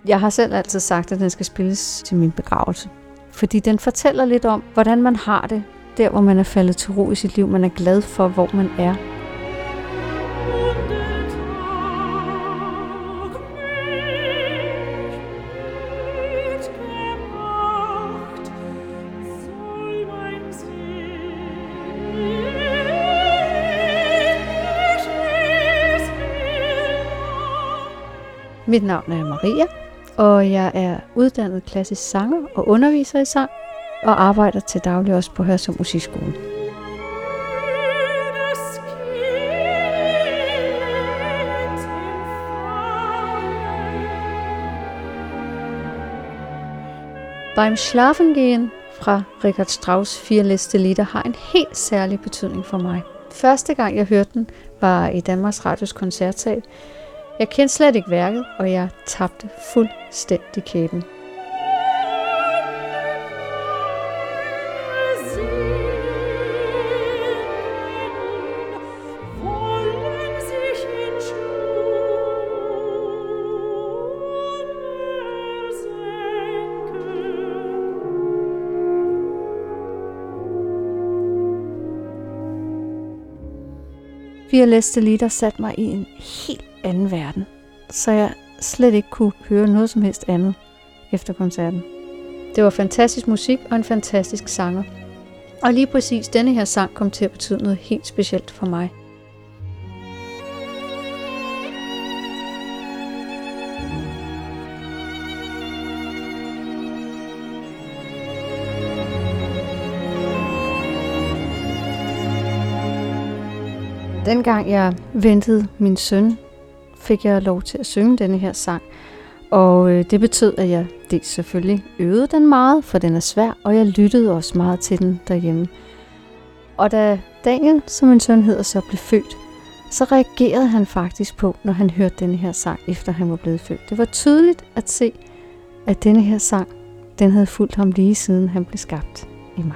Jeg har selv altid sagt, at den skal spilles til min begravelse. Fordi den fortæller lidt om, hvordan man har det, der hvor man er faldet til ro i sit liv. Man er glad for, hvor man er. Mit navn er Maria, og jeg er uddannet klassisk sanger og underviser i sang, og arbejder til daglig også på Hørsholm Musikskole. Beim Schlafengehen fra Richard Strauss' 4 letzte Lieder har en helt særlig betydning for mig. Første gang jeg hørte den var i Danmarks Radios koncertsal. Jeg kendte slet ikke værket, og jeg tabte fuldstændig kæben. Fire letzte Lieder satte mig i en helt anden verden, så jeg slet ikke kunne høre noget som helst andet efter koncerten. Det var fantastisk musik og en fantastisk sanger. Og lige præcis denne her sang kom til at betyde noget helt specielt for mig. Dengang jeg ventede min søn, fik jeg lov til at synge denne her sang. Og det betød, at jeg dels selvfølgelig øvede den meget, for den er svær, og jeg lyttede også meget til den derhjemme. Og da Daniel, som min søn hedder, så blev født, så reagerede han faktisk på, når han hørte denne her sang, efter han var blevet født. Det var tydeligt at se, at denne her sang, den havde fulgt ham lige siden han blev skabt i mig.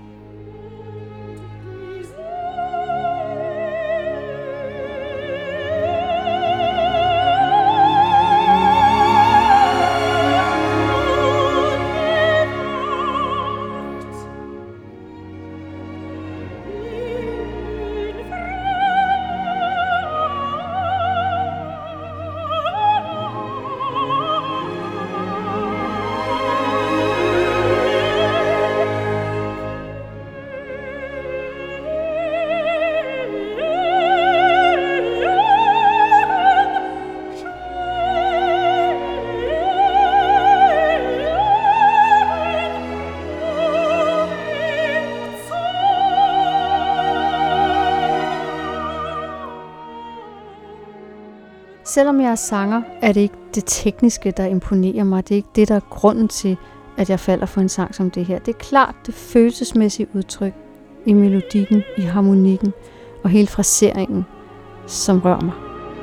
Selvom jeg er sanger, er det ikke det tekniske, der imponerer mig. Det er ikke det, der er grunden til, at jeg falder for en sang som det her. Det er klart det følelsesmæssige udtryk i melodikken, i harmonikken og hele fraseringen, som rører mig.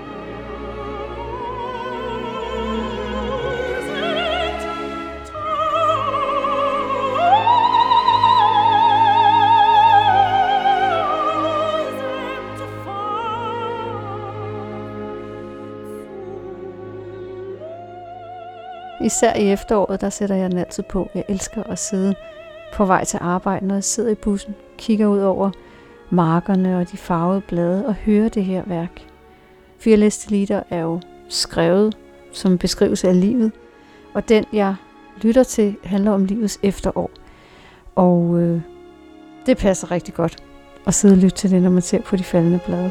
Især i efteråret, der sætter jeg den altid på. Jeg elsker at sidde på vej til arbejde, når jeg sidder i bussen, kigger ud over markerne og de farvede blade og hører det her værk. 4 letzte Lieder er jo skrevet som beskrivelse af livet, og den jeg lytter til handler om livets efterår. Og det passer rigtig godt at sidde og lytte til det, når man ser på de faldende blade.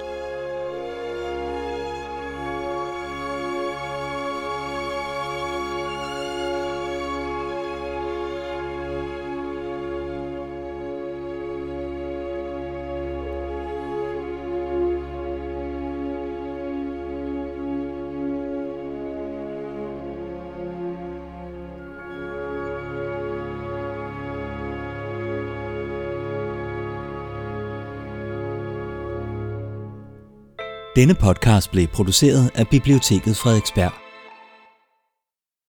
Denne podcast blev produceret af Biblioteket Frederiksberg.